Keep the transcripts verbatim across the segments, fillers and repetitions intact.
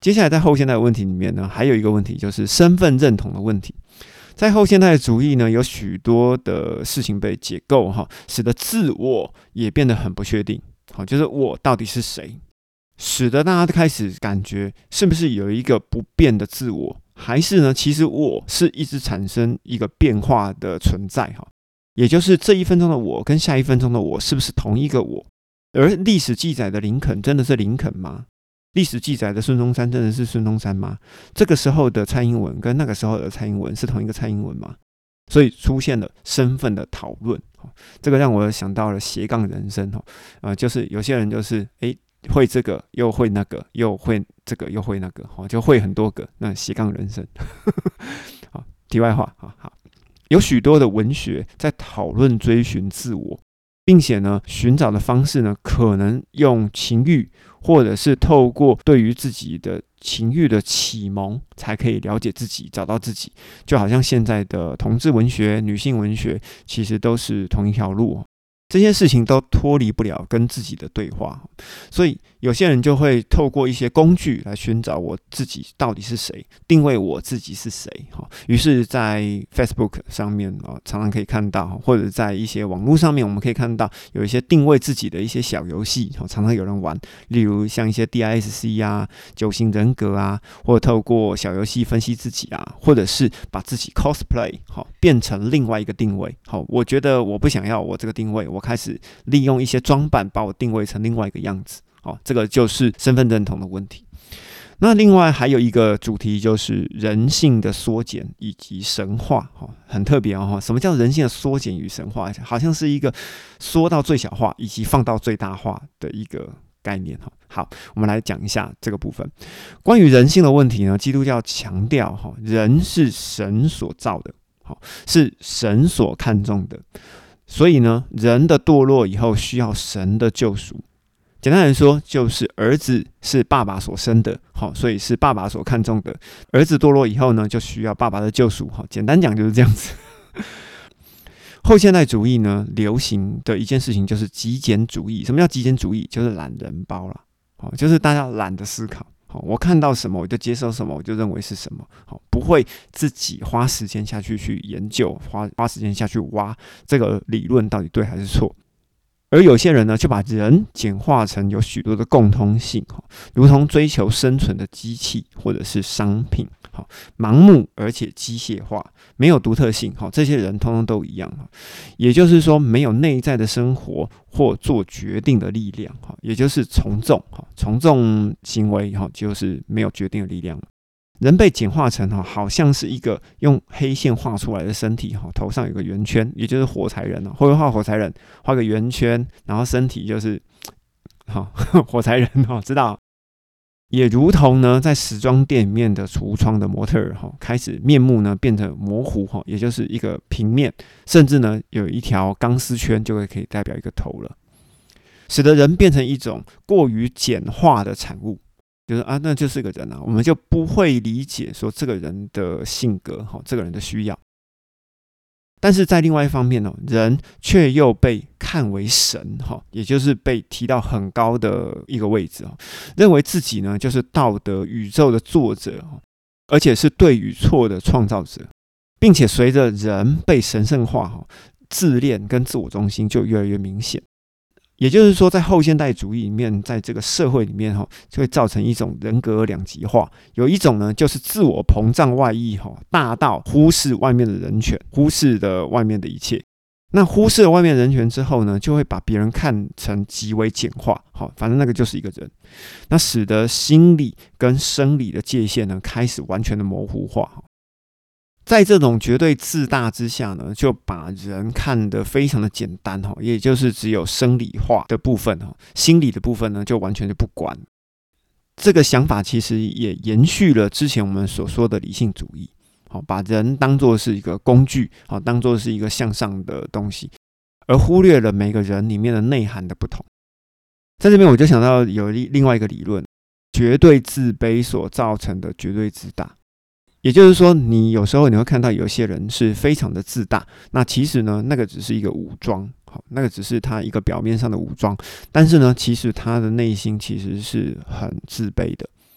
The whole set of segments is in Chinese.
接下来在后现代的问题里面呢，还有一个问题就是身份认同的问题。在后现代主义呢，有许多的事情被解构哈，使得自我也变得很不确定。好，就是我到底是谁，使得大家开始感觉是不是有一个不变的自我，还是呢，其实我是一直产生一个变化的存在哈。也就是这一分钟的我跟下一分钟的我是不是同一个我？而历史记载的林肯真的是林肯吗？历史记载的孙中山真的是孙中山吗？这个时候的蔡英文跟那个时候的蔡英文是同一个蔡英文吗？所以出现了身份的讨论，这个让我想到了斜杠人生，呃，就是有些人就是诶会这个又会那个，又会这个又会那个，就会很多个，那斜杠人生。好，题外话，好，有许多的文学在讨论追寻自我，并且呢，寻找的方式呢，可能用情欲，或者是透过对于自己的情欲的启蒙，才可以了解自己，找到自己。就好像现在的同志文学、女性文学，其实都是同一条路。这些事情都脱离不了跟自己的对话，所以有些人就会透过一些工具来寻找我自己到底是谁，定位我自己是谁。于是在 Facebook 上面常常可以看到，或者在一些网络上面我们可以看到有一些定位自己的一些小游戏，常常有人玩，例如像一些 D I S C 啊、九型人格啊，或者透过小游戏分析自己啊，或者是把自己 cosplay 变成另外一个定位。我觉得我不想要我这个定位，我开始利用一些装扮把我定位成另外一个样子，哦，这个就是身份认同的问题。那另外还有一个主题就是人性的缩减以及神话，很特别哦。什么叫人性的缩减与神话？好像是一个缩到最小化以及放到最大化的一个概念。好，我们来讲一下这个部分。关于人性的问题呢，基督教强调人是神所造的，是神所看重的。所以呢，人的堕落以后需要神的救赎。简单来说，就是儿子是爸爸所生的，所以是爸爸所看重的。儿子堕落以后呢，就需要爸爸的救赎。简单讲就是这样子。后现代主义呢，流行的一件事情就是极简主义。什么叫极简主义？就是懒人包啦，就是大家懒得思考。我看到什么我就接受什么，我就认为是什么，不会自己花时间下去去研究，花花时间下去挖这个理论到底对还是错。而有些人呢，就把人简化成有许多的共通性，如同追求生存的机器或者是商品，盲目而且机械化，没有独特性，这些人通通都一样。也就是说，没有内在的生活或做决定的力量，也就是从众，从众行为就是没有决定的力量。人被简化成好像是一个用黑线画出来的身体，头上有个圆圈，也就是火柴人，会不会画火柴人？画个圆圈，然后身体就是火柴人，知道？也如同呢，在时装店里面的橱窗的模特儿，开始面目呢变得模糊，也就是一个平面，甚至呢有一条钢丝圈就会可以代表一个头了，使得人变成一种过于简化的产物。就是啊，那就是个人啊，我们就不会理解说这个人的性格，这个人的需要。但是在另外一方面呢，人却又被看为神，也就是被提到很高的一个位置，认为自己呢就是道德宇宙的作者，而且是对与错的创造者，并且随着人被神圣化，自恋跟自我中心就越来越明显。也就是说，在后现代主义里面，在这个社会里面就会造成一种人格两极化。有一种呢，就是自我膨胀外溢，大到忽视外面的人权，忽视的外面的一切。那忽视了外面人权之后呢，就会把别人看成极为简化，反正那个就是一个人。那使得心理跟生理的界限呢，开始完全的模糊化。在这种绝对自大之下呢，就把人看得非常的简单，也就是只有生理化的部分，心理的部分呢就完全就不管。这个想法其实也延续了之前我们所说的理性主义，把人当作是一个工具，当作是一个向上的东西，而忽略了每个人里面的内涵的不同。在这边我就想到有另外一个理论，绝对自卑所造成的绝对自大。也就是说，你有时候你会看到有些人是非常的自大，那其实呢，那个只是一个武装，那个只是他一个表面上的武装，但是呢，其实他的内心其实是很自卑的。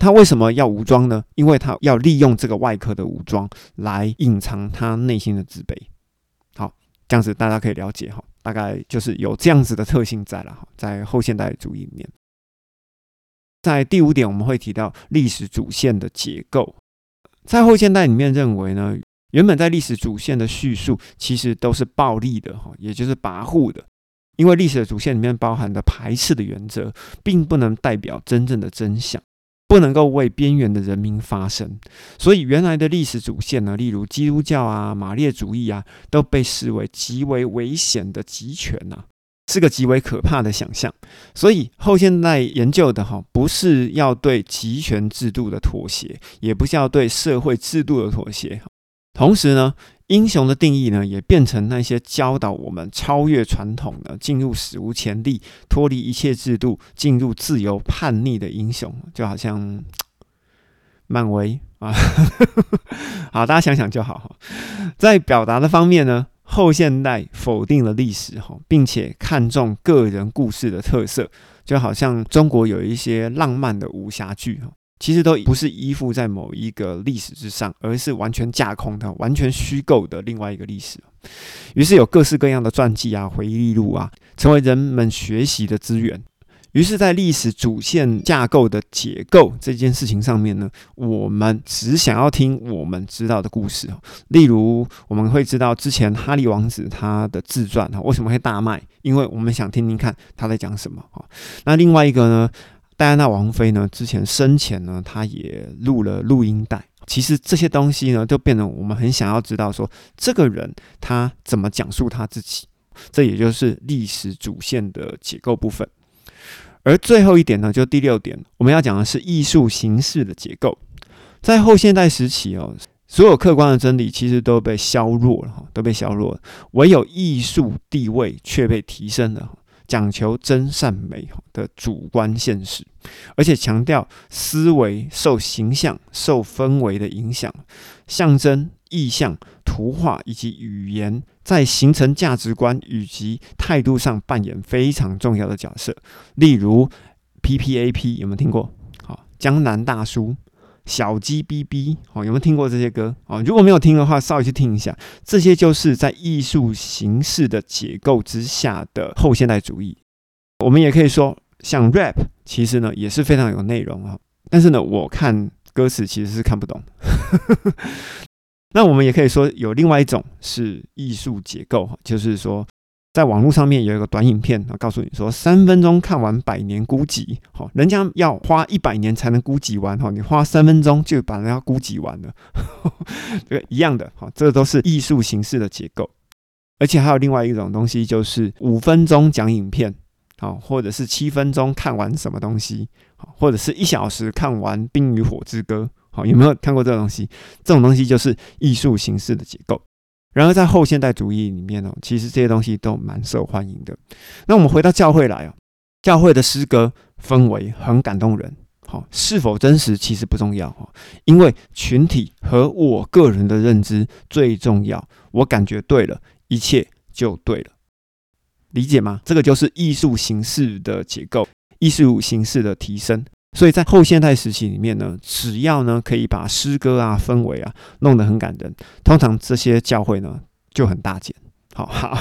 他为什么要武装呢？因为他要利用这个外壳的武装来隐藏他内心的自卑。好，这样子大家可以了解哈，大概就是有这样子的特性在了，在后现代主义里面。在第五点，我们会提到历史主线的结构。在后现代里面认为呢，原本在历史主线的叙述其实都是暴力的，也就是跋扈的，因为历史的主线里面包含的排斥的原则，并不能代表真正的真相，不能够为边缘的人民发声。所以原来的历史主线呢，例如基督教啊、马列主义啊，都被视为极为危险的极权啊，是个极为可怕的想象。所以后现代研究的不是要对极权制度的妥协，也不是要对社会制度的妥协。同时呢，英雄的定义呢，也变成那些教导我们超越传统的、进入史无前例、脱离一切制度、进入自由叛逆的英雄，就好像漫威啊，好，大家想想就好。在表达的方面呢，后现代否定了历史，并且看重个人故事的特色，就好像中国有一些浪漫的武侠剧，其实都不是依附在某一个历史之上，而是完全架空的、完全虚构的另外一个历史。于是有各式各样的传记啊、回忆录啊，成为人们学习的资源。于是在历史主线架构的解构这件事情上面呢，我们只想要听我们知道的故事。例如我们会知道之前哈利王子他的自传为什么会大卖，因为我们想听听看他在讲什么。那另外一个呢，戴安娜王妃呢，之前生前呢，她也录了录音带。其实这些东西呢，就变成我们很想要知道说，这个人他怎么讲述他自己。这也就是历史主线的解构部分。而最后一点呢，就第六点，我们要讲的是艺术形式的结构。在后现代时期哦，所有客观的真理其实都被削弱了，都被削弱了，唯有艺术地位却被提升了。讲求真善美的主观现实，而且强调思维受形象、受氛围的影响，象征、意象、图画以及语言在形成价值观以及态度上扮演非常重要的角色。例如 P P A P 有没有听过？好，江南大叔。小鸡哔哔，有没有听过这些歌？如果没有听的话，稍微去听一下。这些就是在艺术形式的结构之下的后现代主义。我们也可以说，像 rap， 其实呢也是非常有内容，但是呢，我看歌词其实是看不懂。那我们也可以说，有另外一种是艺术结构，就是说，在网络上面有一个短影片，告诉你说三分钟看完百年孤寂，人家要花一百年才能孤寂完，你花三分钟就把人家孤寂完了，这个一样的，这都是艺术形式的结构。而且还有另外一种东西，就是五分钟讲影片，或者是七分钟看完什么东西，或者是一小时看完《冰与火之歌》，有没有看过这种东西？这种东西就是艺术形式的结构。然而在后现代主义里面，其实这些东西都蛮受欢迎的。那我们回到教会来，教会的诗歌氛围很感动人，是否真实其实不重要，因为群体和我个人的认知最重要。我感觉对了，一切就对了。理解吗？这个就是艺术形式的结构，艺术形式的提升。所以在后现代时期里面呢，只要呢可以把诗歌啊、氛围啊弄得很感人，通常这些教会呢就很大间。好好。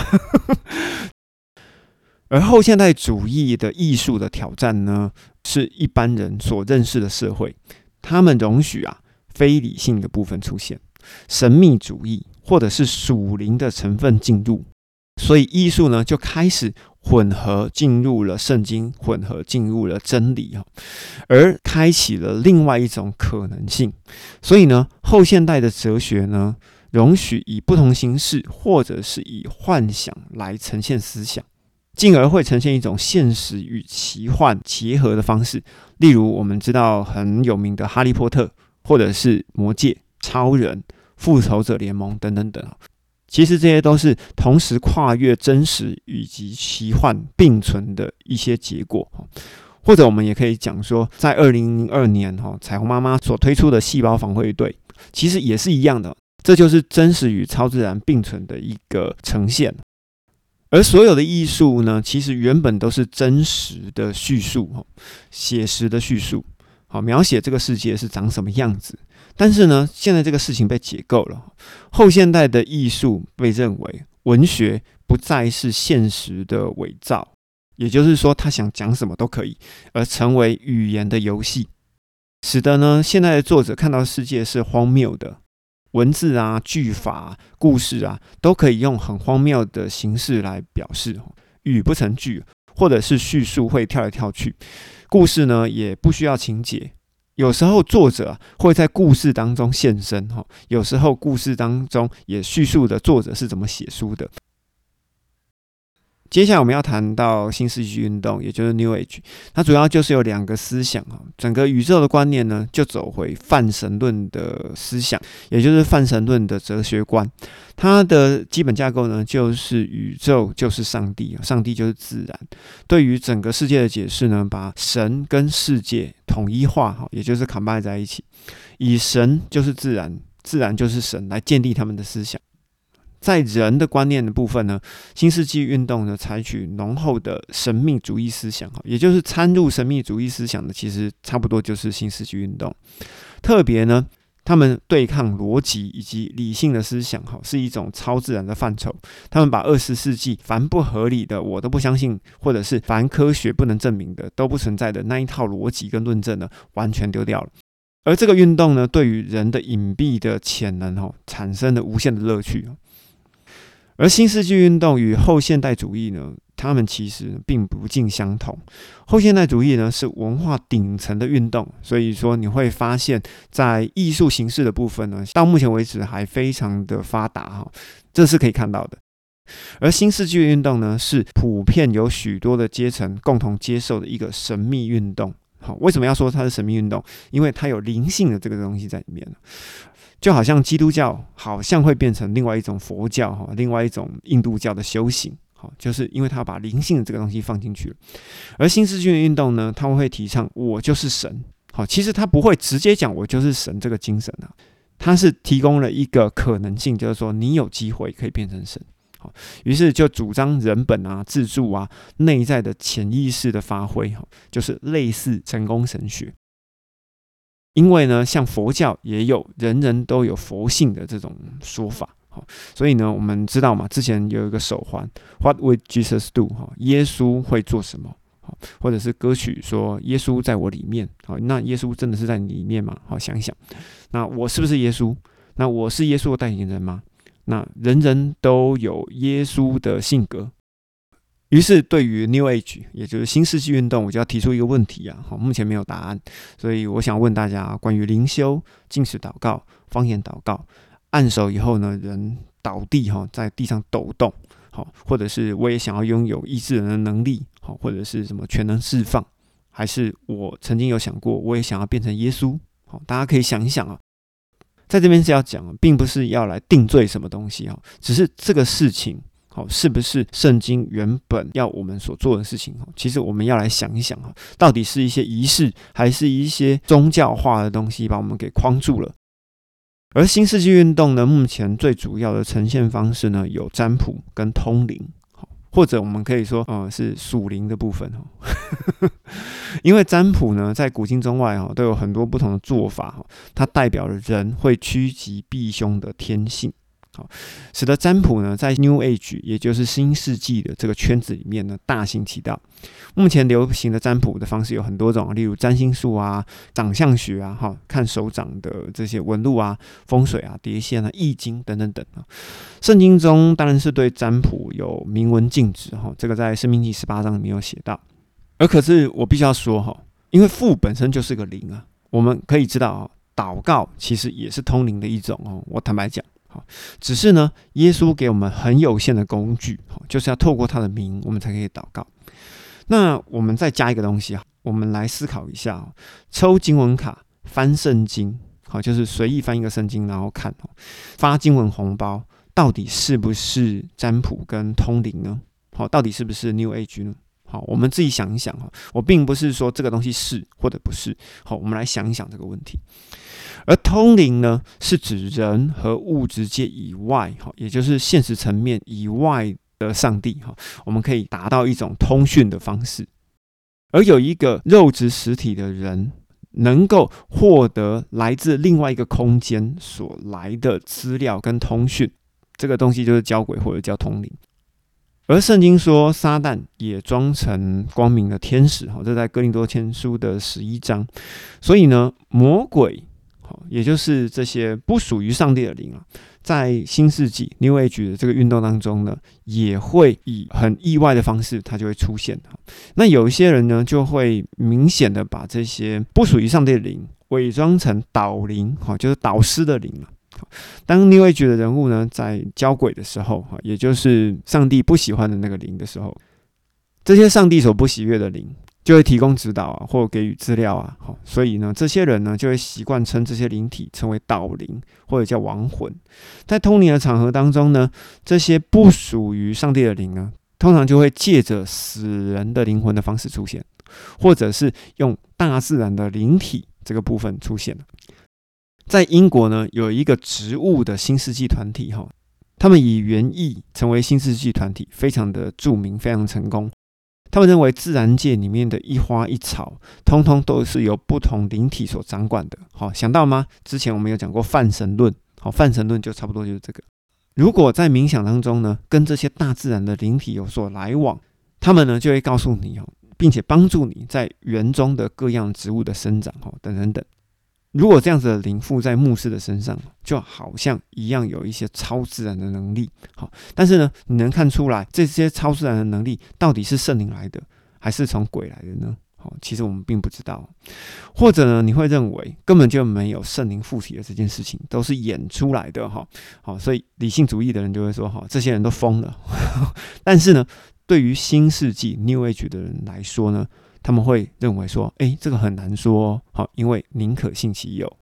而后现代主义的艺术的挑战呢，是一般人所认识的社会，他们容许啊非理性的部分出现，神秘主义或者是属灵的成分进入，所以艺术呢就开始混合进入了圣经，混合进入了真理，而开启了另外一种可能性。所以呢，后现代的哲学呢，容许以不同形式或者是以幻想来呈现思想，进而会呈现一种现实与奇幻结合的方式。例如我们知道很有名的哈利波特，或者是魔戒、超人、复仇者联盟等等等。其实这些都是同时跨越真实以及奇幻并存的一些结果。或者我们也可以讲说，在二零零二年彩虹妈妈所推出的细胞防卫队，其实也是一样的，这就是真实与超自然并存的一个呈现。而所有的艺术呢，其实原本都是真实的叙述，写实的叙述。 好，描写这个世界是长什么样子。但是呢，现在这个事情被解构了，后现代的艺术被认为文学不再是现实的伪造，也就是说他想讲什么都可以，而成为语言的游戏，使得呢现在的作者看到世界是荒谬的，文字啊、句法啊、故事啊都可以用很荒谬的形式来表示，语不成句，或者是叙述会跳来跳去，故事呢也不需要情节。有时候作者会在故事当中现身，有时候故事当中也叙述的作者是怎么写书的。接下来我们要谈到新世纪运动，也就是 New Age， 它主要就是有两个思想，整个宇宙的观念呢就走回泛神论的思想，也就是泛神论的哲学观。它的基本架构呢就是宇宙就是上帝，上帝就是自然。对于整个世界的解释呢，把神跟世界统一化，也就是 combine 在一起，以神就是自然，自然就是神来建立他们的思想。在人的观念的部分呢，新世纪运动呢采取浓厚的神秘主义思想，也就是参入神秘主义思想的，其实差不多就是新世纪运动。特别呢，他们对抗逻辑以及理性的思想，是一种超自然的范畴。他们把二十世纪凡不合理的我都不相信，或者是凡科学不能证明的都不存在的那一套逻辑跟论证呢，完全丢掉了。而这个运动呢，对于人的隐蔽的潜能产生了无限的乐趣。而新世纪运动与后现代主义呢，他们其实并不尽相同。后现代主义呢是文化顶层的运动，所以说你会发现在艺术形式的部分呢，到目前为止还非常的发达，这是可以看到的。而新世纪运动呢，是普遍有许多的阶层共同接受的一个神秘运动。好，为什么要说它是神秘运动？因为它有灵性的这个东西在里面，就好像基督教好像会变成另外一种佛教，另外一种印度教的修行，就是因为它把灵性的这个东西放进去了。而新世纪运动呢，它会提倡我就是神，其实它不会直接讲我就是神这个精神，它是提供了一个可能性，就是说你有机会可以变成神。于是就主张人本啊、自助啊、内在的潜意识的发挥，就是类似成功神学。因为呢，像佛教也有人人都有佛性的这种说法，所以呢，我们知道嘛，之前有一个手环 What would Jesus do？ 耶稣会做什么？或者是歌曲说耶稣在我里面，那耶稣真的是在你里面吗？好，想一想，那我是不是耶稣？那我是耶稣的代言人吗？那人人都有耶稣的性格。于是对于 New Age 也就是新世纪运动，我就要提出一个问题啊，目前没有答案，所以我想问大家关于灵修、禁食祷告、方言祷告，按手以后呢，人倒地在地上抖动，或者是我也想要拥有医治人的能力，或者是什么全能释放，还是我曾经有想过我也想要变成耶稣，大家可以想一想啊。在这边是要讲，并不是要来定罪什么东西，只是这个事情是不是圣经原本要我们所做的事情，其实我们要来想一想，到底是一些仪式还是一些宗教化的东西把我们给框住了。而新世纪运动呢，目前最主要的呈现方式呢，有占卜跟通灵，或者我们可以说、呃、是属灵的部分因为占卜呢在古今中外都有很多不同的做法，它代表了人会趋吉避凶的天性，使得占卜呢在 New Age 也就是新世纪的这个圈子里面呢大行其道。目前流行的占卜的方式有很多种，例如占星术啊、长相学啊、看手掌的这些纹路啊、风水啊、碟仙啊、易经等等等。圣经中当然是对占卜有明文禁止，这个在申命记十八章里面有写到。而可是我必须要说，因为父本身就是个灵啊，我们可以知道祷告其实也是通灵的一种，我坦白讲，只是呢耶稣给我们很有限的工具，就是要透过他的名我们才可以祷告。那我们再加一个东西，我们来思考一下，抽经文卡翻圣经，就是随意翻一个圣经然后看，发经文红包，到底是不是占卜跟通灵呢？到底是不是 New Age 呢？好，我们自己想一想，我并不是说这个东西是或者不是，好，我们来想一想这个问题。而通灵呢，是指人和物质界以外，也就是现实层面以外的上帝，我们可以达到一种通讯的方式。而有一个肉质实体的人， 能够获得来自另外一个空间所来的资料跟通讯，这个东西就是交鬼或者叫通灵。而圣经说撒旦也装成光明的天使，这在哥林多前书的十一章。所以呢，魔鬼也就是这些不属于上帝的灵啊，在新世纪 New Age 的这个运动当中呢，也会以很意外的方式它就会出现。那有一些人呢，就会明显的把这些不属于上帝的灵伪装成导灵，就是导师的灵。当 New Age 的人物呢在交鬼的时候，也就是上帝不喜欢的那个灵的时候，这些上帝所不喜悦的灵就会提供指导啊，或给予资料啊，所以呢，这些人呢就会习惯称这些灵体称为导灵或者叫亡魂。在通灵的场合当中呢，这些不属于上帝的灵呢，通常就会借着死人的灵魂的方式出现，或者是用大自然的灵体这个部分出现。在英国呢，有一个植物的新世纪团体，他们以园艺成为新世纪团体，非常的著名，非常成功。他们认为自然界里面的一花一草，通通都是由不同灵体所掌管的。好，想到吗？之前我们有讲过泛神论，好，泛神论就差不多就是这个。如果在冥想当中呢，跟这些大自然的灵体有所来往，他们呢就会告诉你，并且帮助你在园中的各样植物的生长，等等等。如果这样子的灵附在牧师的身上，就好像一样有一些超自然的能力。好，但是呢，你能看出来这些超自然的能力到底是圣灵来的，还是从鬼来的呢？好，其实我们并不知道。或者呢，你会认为根本就没有圣灵附体的这件事情，都是演出来的。好，所以理性主义的人就会说，这些人都疯了。但是呢，对于新世纪 New Age 的人来说呢，他们会认为说，哎，这个很难说，好，因为宁可信其有，